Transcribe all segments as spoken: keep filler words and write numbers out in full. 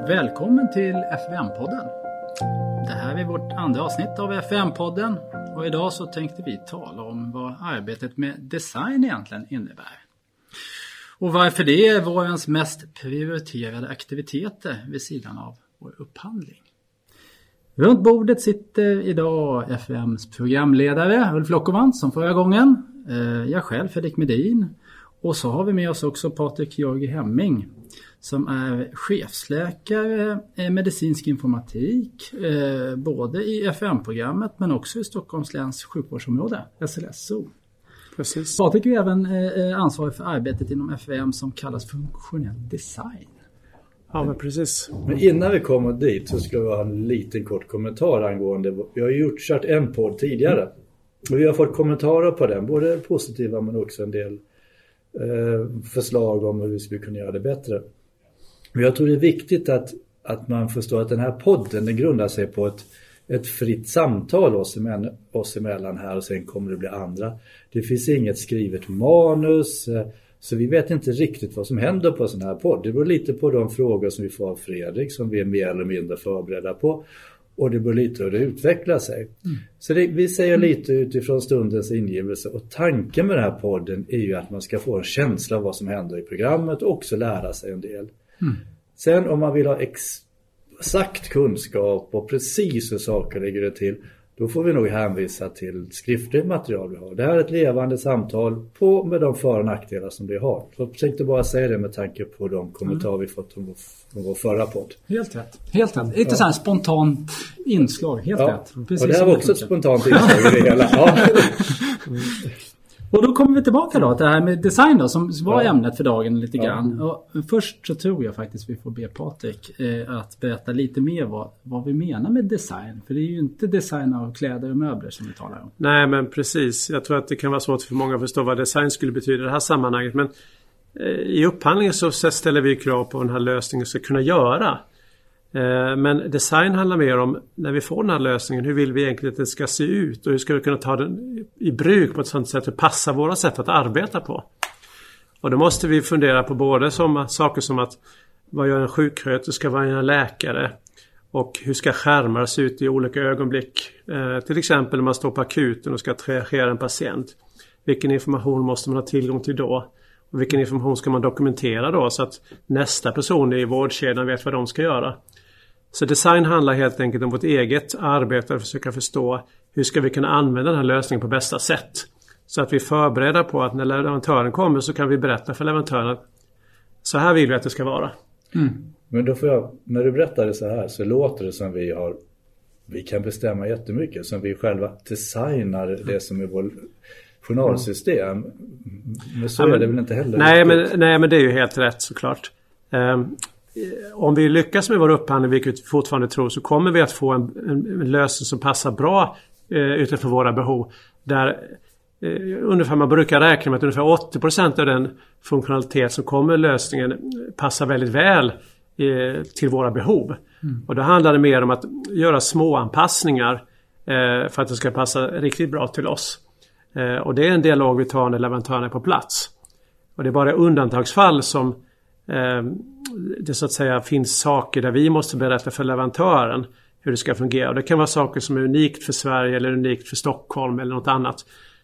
Välkommen till F V M-podden. Det här är vårt andra avsnitt av F V M-podden och idag så tänkte vi tala om vad arbetet med design egentligen innebär. Och varför det är vårens mest prioriterade aktiviteter vid sidan av vår upphandling. Runt bordet sitter idag F V M:s programledare Ulf Lockerman som förra gången. Jag själv, Fredrik Medin. Och så har vi med oss också Patrik Georgi Hemming som är chefsläkare i medicinsk informatik både i F V M-programmet men också i Stockholms läns sjukvårdsområde, S L S O. Precis. Patrik är även ansvarig för arbetet inom F V M som kallas funktionell design. Ja, men precis. Men innan vi kommer dit så ska vi ha en liten kort kommentar angående. Vi har ju gjort kört en podd tidigare. Och vi har fått kommentarer på den, både positiva men också en del eh, förslag om hur vi skulle kunna göra det bättre. Men jag tror det är viktigt att, att man förstår att den här podden den grundar sig på ett, ett fritt samtal oss, emellan, oss emellan här och sen kommer det bli andra. Det finns inget skrivet manus. Eh, Så vi vet inte riktigt vad som händer på sån här podd. Det beror lite på de frågor som vi får av Fredrik som vi är mer eller mindre förberedda på. Och det beror lite hur det utvecklar sig. Mm. Så det, vi säger lite utifrån stundens ingivelse. Och tanken med den här podden är ju att man ska få en känsla av vad som händer i programmet och också lära sig en del. Mm. Sen om man vill ha exakt kunskap och precis hur saker ligger det till, då får vi nog hänvisa till skriftligt material vi har. Det här är ett levande samtal på med de för- och nackdelar som det har. Så jag tänkte bara säga det med tanke på de kommentarer vi fått om vår, om vår förra podd. Helt rätt. Helt rätt. Inte ja. Så här spontant inslag. Helt ja. rätt. Precis, och det här var också ett spontant inslag i det hela. Ja. Och då kommer vi tillbaka då till det här med design då, som var ja. ämnet för dagen lite grann. Ja. Och först så tror jag faktiskt vi får be Patrik eh, att berätta lite mer vad, vad vi menar med design. För det är ju inte design av kläder och möbler som vi talar om. Nej, men precis. Jag tror att det kan vara svårt för många att förstå vad design skulle betyda i det här sammanhanget. Men eh, i upphandlingen så ställer vi krav på vad den här lösningen ska kunna göra. Men design handlar mer om när vi får den här lösningen, hur vill vi egentligen att det ska se ut och hur ska vi kunna ta den i bruk på ett sådant sätt att passa våra sätt att arbeta på. Och då måste vi fundera på både som, saker som att vad gör en sjuksköterska, vad gör en läkare och hur ska skärmar se ut i olika ögonblick. Eh, till exempel när man står på akuten och ska triagera en patient. Vilken information måste man ha tillgång till då? Och vilken information ska man dokumentera då så att nästa person i vårdkedjan vet vad de ska göra. Så design handlar helt enkelt om vårt eget arbete att försöka förstå hur ska vi kunna använda den här lösningen på bästa sätt. Så att vi är förberedda på att när leverantören kommer så kan vi berätta för leverantören att så här vill vi att det ska vara. Mm. Men då får jag, när du berättar det så här så låter det som vi har, vi kan bestämma jättemycket, som vi själva designar det som är vår journalsystem. Men så ja, men, är det väl inte heller. Nej men, nej, men det är ju helt rätt såklart. Um, om vi lyckas med vår upphandling, vilket vi fortfarande tror, så kommer vi att få en, en, en lösning som passar bra uh, utifrån våra behov. Där uh, ungefär man brukar räkna med att ungefär åttio procent av den funktionalitet som kommer lösningen passar väldigt väl uh, till våra behov. Mm. Och då handlar det mer om att göra små anpassningar uh, för att det ska passa riktigt bra till oss. Uh, och det är en dialog vi tar när leverantören är på plats. Och det är bara undantagsfall som uh, det så att säga finns saker där vi måste berätta för leverantören hur det ska fungera. Och det kan vara saker som är unikt för Sverige eller unikt för Stockholm eller något annat.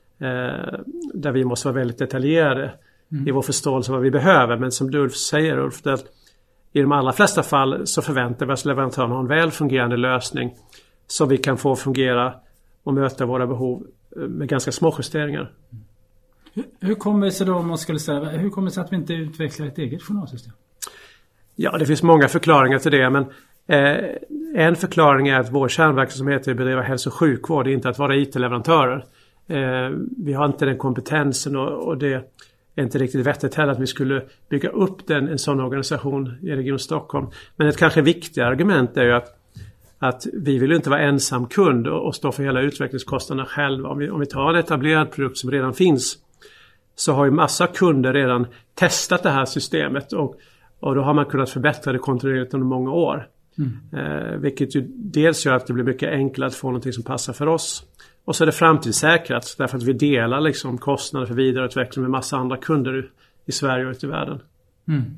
Uh, där vi måste vara väldigt detaljerade mm. i vår förståelse av vad vi behöver. Men som du Ulf säger Ulf, att i de allra flesta fall så förväntar vi oss att leverantören har en väl fungerande lösning som vi kan få fungera och möta våra behov med ganska små justeringar. Hur, hur kommer det sig då, om man skulle säga, hur kommer det sig att vi inte utvecklar ett eget journalsystem? Ja, det finns många förklaringar till det, men eh, en förklaring är att vår kärnverksamhet är att bedriva hälso- och sjukvård, inte att vara I T-leverantörer. Eh, vi har inte den kompetensen och, och det är inte riktigt vettigt heller att vi skulle bygga upp den, en sån organisation i Region Stockholm. Men ett kanske viktigt argument är ju att att vi vill inte vara ensam kund och stå för hela utvecklingskostnaderna själva. Om vi, om vi tar en etablerad produkt som redan finns så har ju massa kunder redan testat det här systemet och, och då har man kunnat förbättra det kontinuerligt under många år. Mm. Eh, vilket ju dels gör att det blir mycket enklare att få någonting som passar för oss. Och så är det framtidssäkrat därför att vi delar liksom kostnader för vidareutveckling med massa andra kunder i, i Sverige och ute i världen. Mm.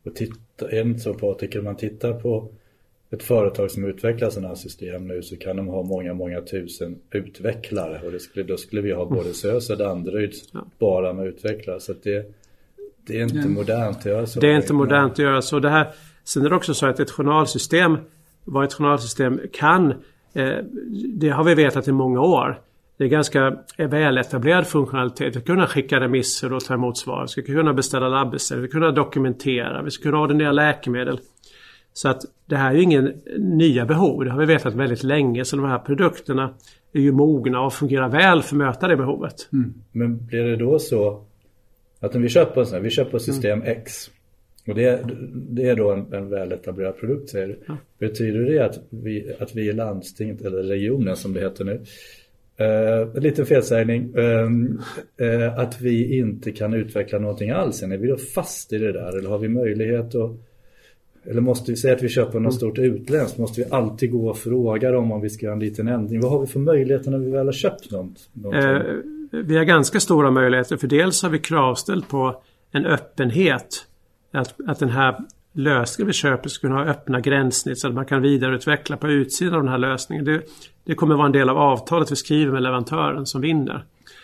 Och titta, en så Patrik, om man tittar på ett företag som utvecklar sådana här system nu, så kan de ha många, många tusen utvecklare. Och det skulle, då skulle vi ha både Sös och Danderyd bara med utvecklare. Så att det, det är inte mm. modernt att göra så. Det är inte modernt att göra så. Det här, sen är det också så att ett journalsystem, vad ett journalsystem kan, eh, det har vi vetat i många år. Det är ganska väl etablerad funktionalitet. Vi ska kunna skicka remisser och ta emot svar. Vi ska kunna beställa labbesser. Vi ska kunna dokumentera. Vi ska kunna ordinera läkemedel. Så att det här är ju ingen nya behov. Det har vi vetat väldigt länge. Så de här produkterna är ju mogna och fungerar väl för att möta det behovet. Mm. Men blir det då så att om vi köper, sån här, vi köper system mm. X. Och det, det är då en, en väl etablerad produkt, säger du. Ja. Betyder det att vi, att vi i landstinget eller regionen som det heter nu, Uh, en liten felsägning, uh, uh, att vi inte kan utveckla någonting alls? Är vi då fast i det där, eller har vi möjlighet att, eller måste vi säga att vi köper något stort utländskt, måste vi alltid gå och fråga dem om vi ska göra en liten ändring? Vad har vi för möjligheter när vi väl har köpt något? Uh, vi har ganska stora möjligheter, för dels har vi kravställt på en öppenhet, att, att den här lösningen vi köper ska kunna ha öppna gränssnitt så att man kan vidareutveckla på utsidan av den här lösningen. Det, det kommer vara en del av avtalet vi skriver med leverantören som vinner.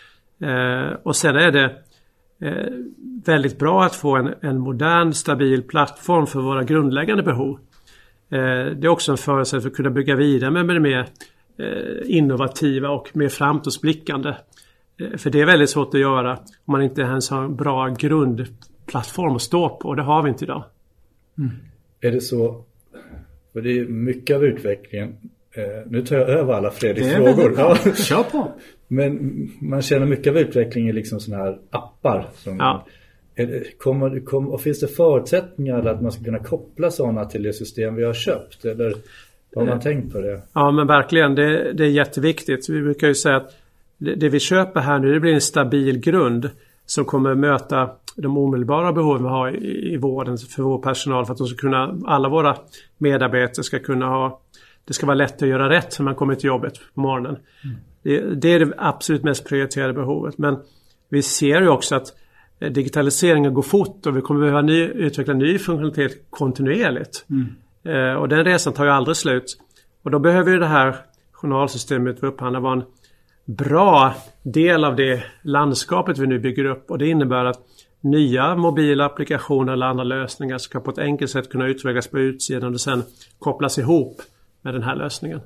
Eh, och sen är det eh, väldigt bra att få en, en modern, stabil plattform för våra grundläggande behov. Eh, det är också en förutsättning för att kunna bygga vidare med, med det mer eh, innovativa och mer framtidsblickande. Eh, för det är väldigt svårt att göra om man inte ens har en bra grundplattform att stå på, och det har vi inte idag. Mm. Är det så, för det är mycket av utvecklingen, eh, nu tar jag över alla Fredriks frågor. Ja, kör på. Men man känner mycket av utvecklingen i liksom såna här appar. Som, ja. är det, kommer, kommer, och finns det förutsättningar att man ska kunna koppla sådana till det system vi har köpt? Eller har man eh, tänkt på det? Ja, men verkligen, det, det är jätteviktigt. Vi brukar ju säga att det, det vi köper här nu, det blir en stabil grund som kommer möta de omedelbara behoven vi har i, i vården för vår personal, för att de ska kunna, alla våra medarbetare ska kunna ha, det ska vara lätt att göra rätt när man kommer till jobbet på morgonen. Mm. Det, det är det absolut mest prioriterade behovet. Men vi ser ju också att digitaliseringen går fort och vi kommer behöva ny, utveckla ny funktionalitet kontinuerligt. Mm. Eh, och den resan tar ju aldrig slut. Och då behöver ju det här journalsystemet vi upphandlar vara en bra del av det landskapet vi nu bygger upp, och det innebär att nya mobila applikationer eller andra lösningar ska på ett enkelt sätt kunna utvecklas på utsidan och sen kopplas ihop med den här lösningen.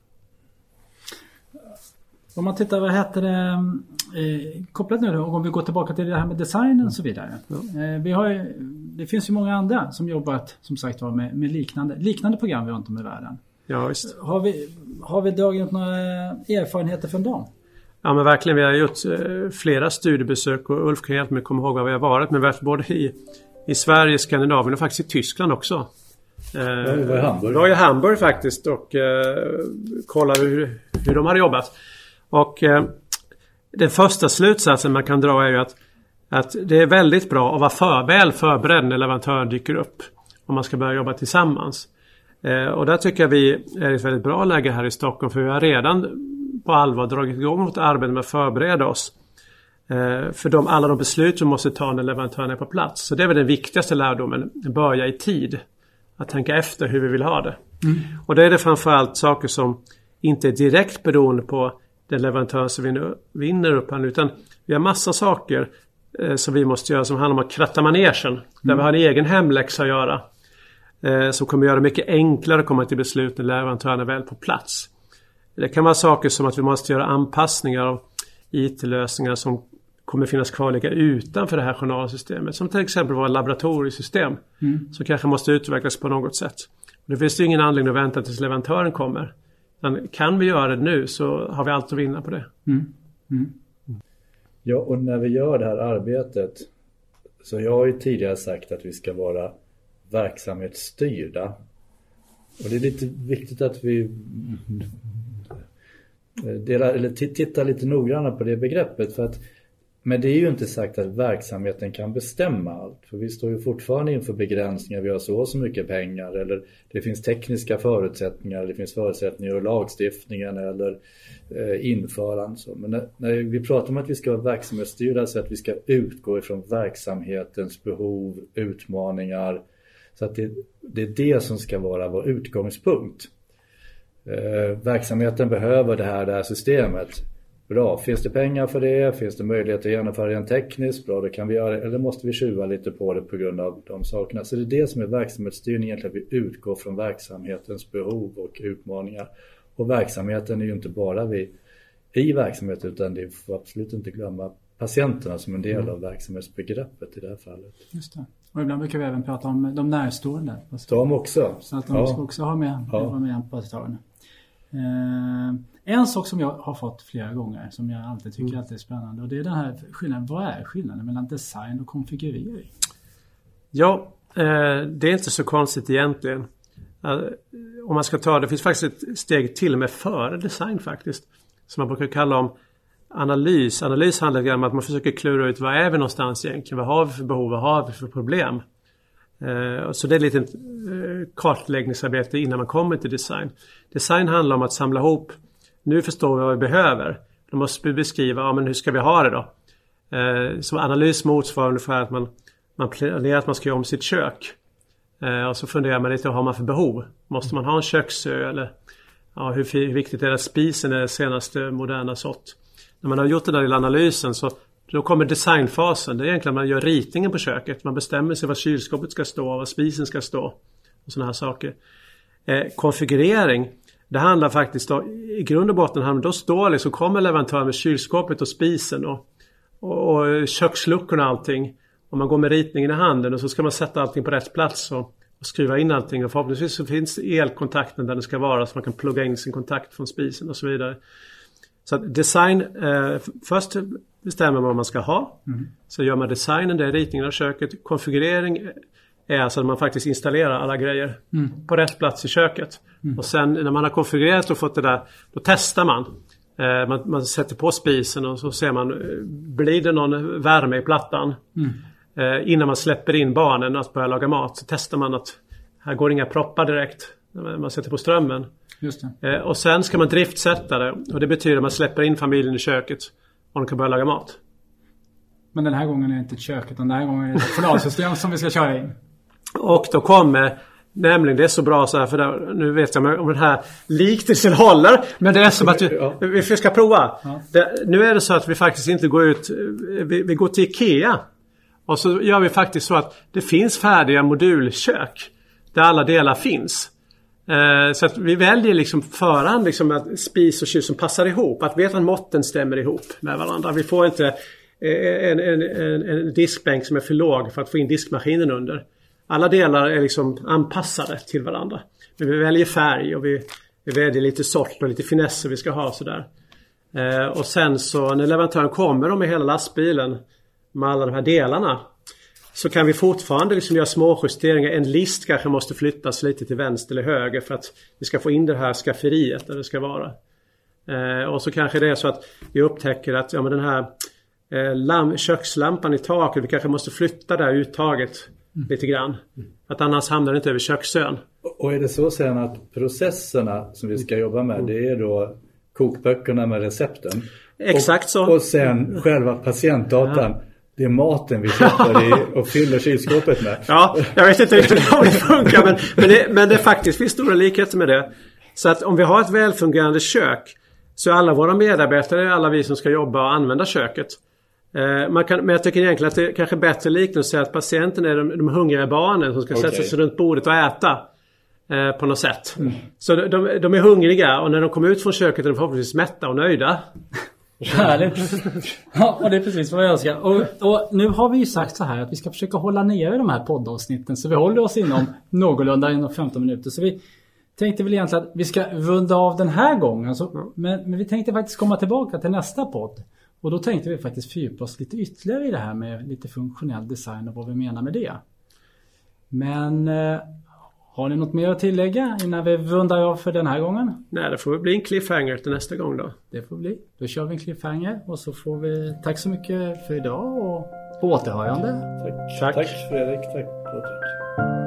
Om man tittar, vad heter det eh, kopplat nu då, och om vi går tillbaka till det här med designen och så vidare. Ja. Eh, vi har ju, det finns ju många andra som jobbat, som sagt var, med, med liknande, liknande program runt om i världen. Ja, visst. Har vi, har vi dragit några erfarenheter från dem? Ja, men verkligen. Vi har gjort eh, flera studiebesök, och Ulf kan hjälpa mig att komma ihåg vad vi har varit. Men vi har varit både i, i Sverige, Skandinavien och faktiskt i Tyskland också. Eh, ja, vi var i Hamburg. Vi var i Hamburg faktiskt och eh, kollade hur, hur de hade jobbat. Och eh, den första slutsatsen man kan dra är ju att, att det är väldigt bra att vara för, väl förberedd när leverantören dyker upp. Om man ska börja jobba tillsammans. Eh, och där tycker jag vi är ett väldigt bra läge här i Stockholm, för vi har redan på allvar dragit igång vårt arbete med att förbereda oss eh, för de, alla de beslut vi måste ta när leverantören är på plats. Så det är väl den viktigaste lärdomen, börja i tid. Att tänka efter hur vi vill ha det. Mm. Och det är det framförallt saker som inte är direkt beroende på den leverantör som vinner, vinner upp här, utan vi har massa saker eh, som vi måste göra som handlar om att kratta manegen. Mm. Där vi har en egen hemläxa att göra. Eh, som kommer göra det mycket enklare att komma till beslut när leverantören är väl på plats. Det kan vara saker som att vi måste göra anpassningar av I T-lösningar som kommer finnas kvar ligga utanför det här journalsystemet. Som till exempel våra laboratoriesystem mm. som kanske måste utvecklas på något sätt. Och det finns ju ingen anledning att vänta tills leverantören kommer. Men kan vi göra det nu så har vi allt att vinna på det. Mm. Mm. Ja, och när vi gör det här arbetet, så jag har ju tidigare sagt att vi ska vara verksamhetsstyrda. Och det är lite viktigt att vi delar, eller tittar lite noggrannare på det begreppet, för att, men det är ju inte sagt att verksamheten kan bestämma allt, för vi står ju fortfarande inför begränsningar. Vi har så och så mycket pengar, eller det finns tekniska förutsättningar, det finns förutsättningar i lagstiftningen eller eh, införande. Så. Men när, när vi pratar om att vi ska vara verksamhetsstyrda, så att vi ska utgå ifrån verksamhetens behov, utmaningar, Så att det, det är det som ska vara vår utgångspunkt. Eh, verksamheten behöver det här, det här systemet. Bra, finns det pengar för det? Finns det möjlighet att genomföra det tekniskt? Bra, då kan vi göra, eller måste vi tjuva lite på det på grund av de sakerna. Så det är det som är verksamhetsstyrning egentligen, att vi utgår från verksamhetens behov och utmaningar. Och verksamheten är ju inte bara vi i verksamheten, utan det får absolut inte glömma patienterna som en del mm. av verksamhetsbegreppet i det här fallet. Just det. Och ibland brukar vi även prata om de närstående. De också. Så att de ja. ska också ha med, ja. ha med på tagen. Eh, en sak som jag har fått flera gånger som jag alltid tycker mm. alltid är spännande, och det är den här skillnaden. Vad är skillnaden mellan design och konfigurering? Ja, eh, det är inte så konstigt egentligen. Eh, om man ska ta det, finns faktiskt ett steg till med före design faktiskt. Som man brukar kalla om analys. Analys handlar om att man försöker klura ut vad är vi någonstans egentligen. Vad har vi för behov, vad har vi för problem? Eh, så det är lite eh, kartläggningsarbete innan man kommer till design. Design handlar om att samla ihop. Nu förstår vi vad vi behöver. Då måste vi beskriva, ja, men hur ska vi ha det då? Eh, så analys motsvarar ungefär att man, man planerar att man ska göra om sitt kök. Eh, och så funderar man lite, vad har man för behov? Måste man ha en köksö eller ja, hur, hur viktigt är det att spisen är det senaste moderna sort? När man har gjort den där lilla analysen så då kommer designfasen. Det är egentligen att man gör ritningen på köket. Man bestämmer sig vad kylskåpet ska stå och vad spisen ska stå. Och sådana här saker. Eh, konfigurering. Det handlar faktiskt då, i grund och botten, då står liksom, kommer leverantören med kylskåpet och spisen och, och, och köksluckorna och allting. Och man går med ritningen i handen och så ska man sätta allting på rätt plats och, och skruva in allting. Och förhoppningsvis så finns elkontakten där den ska vara så man kan plugga in sin kontakt från spisen och så vidare. Så att design, eh, först bestämmer man vad man ska ha. Mm. Så gör man designen, det är ritningen av köket. Konfigurering är alltså att man faktiskt installerar alla grejer mm. på rätt plats i köket. Mm. Och sen när man har konfigurerat och fått det där, då testar man. Eh, man, man sätter på spisen och så ser man, blir det någon värme i plattan? Mm. Eh, innan man släpper in barnen att börja laga mat så testar man att här går inga proppar direkt när man sätter på strömmen. Just det. Eh, och sen ska man driftsätta det. Och det betyder att man släpper in familjen i köket och de kan börja laga mat. Men den här gången är det inte ett kök utan den här gången är det ett journalsystem som vi ska köra in. Och då kommer, nämligen det är så bra så här, för där, nu vet jag om den här liknelsen håller, men det är som att vi, vi ska prova. Ja. Det, nu är det så att vi faktiskt inte går ut, vi, vi går till Ikea och så gör vi faktiskt så att det finns färdiga modulkök där alla delar finns. Eh, så att vi väljer liksom förhand liksom att spis och kyl som passar ihop, att veta att måtten stämmer ihop med varandra. Vi får inte eh, en, en, en, en diskbänk som är för låg för att få in diskmaskinen under. Alla delar är liksom anpassade till varandra. Men vi väljer färg och vi, vi väljer lite sort och lite finesser vi ska ha sådär. Eh, och sen så när leverantören kommer och med hela lastbilen med alla de här delarna så kan vi fortfarande liksom göra små justeringar. En list kanske måste flyttas lite till vänster eller höger för att vi ska få in det här skafferiet där det ska vara. Eh, och så kanske det är så att vi upptäcker att ja, men den här eh, lam- kökslampan i taket, vi kanske måste flytta det här uttaget mm. lite grann. Att annars hamnar det inte över köksön. Och är det så sen att processerna som vi ska jobba med, det är då kokböckerna med recepten? Exakt och, så. Och sen själva patientdatan. Ja. Det är maten vi köper i och fyller kylskåpet med. Ja, jag vet inte riktigt hur det funkar. Men, men, det, men det faktiskt finns stora likheter med det. Så att om vi har ett välfungerande kök så är alla våra medarbetare, alla vi som ska jobba och använda köket. Eh, man kan, men jag tycker egentligen att det kanske är bättre liknande att säga att patienten är de, de hungriga barnen som ska okay. sätta sig runt bordet och äta. Eh, på något sätt. Mm. Så de, de, de är hungriga och när de kommer ut från köket är de förhoppningsvis mätta och nöjda. Härligt. Ja, och det är precis vad jag önskar. Och, och nu har vi ju sagt så här att vi ska försöka hålla ner de här poddavsnitten så vi håller oss inom någorlunda inom femton minuter. Så vi tänkte väl egentligen att vi ska runda av den här gången. Så, men, men vi tänkte faktiskt komma tillbaka till nästa podd. Och då tänkte vi faktiskt fördjupa oss lite ytterligare i det här med lite funktionell design och vad vi menar med det. Men eh, har ni något mer att tillägga innan vi rundar av för den här gången? Nej, det får väl bli en cliffhanger till nästa gång då. Det får bli. Då kör vi en cliffhanger och så får vi tack så mycket för idag och på återhörande. Tack, tack. Tack Fredrik, tack Patrik.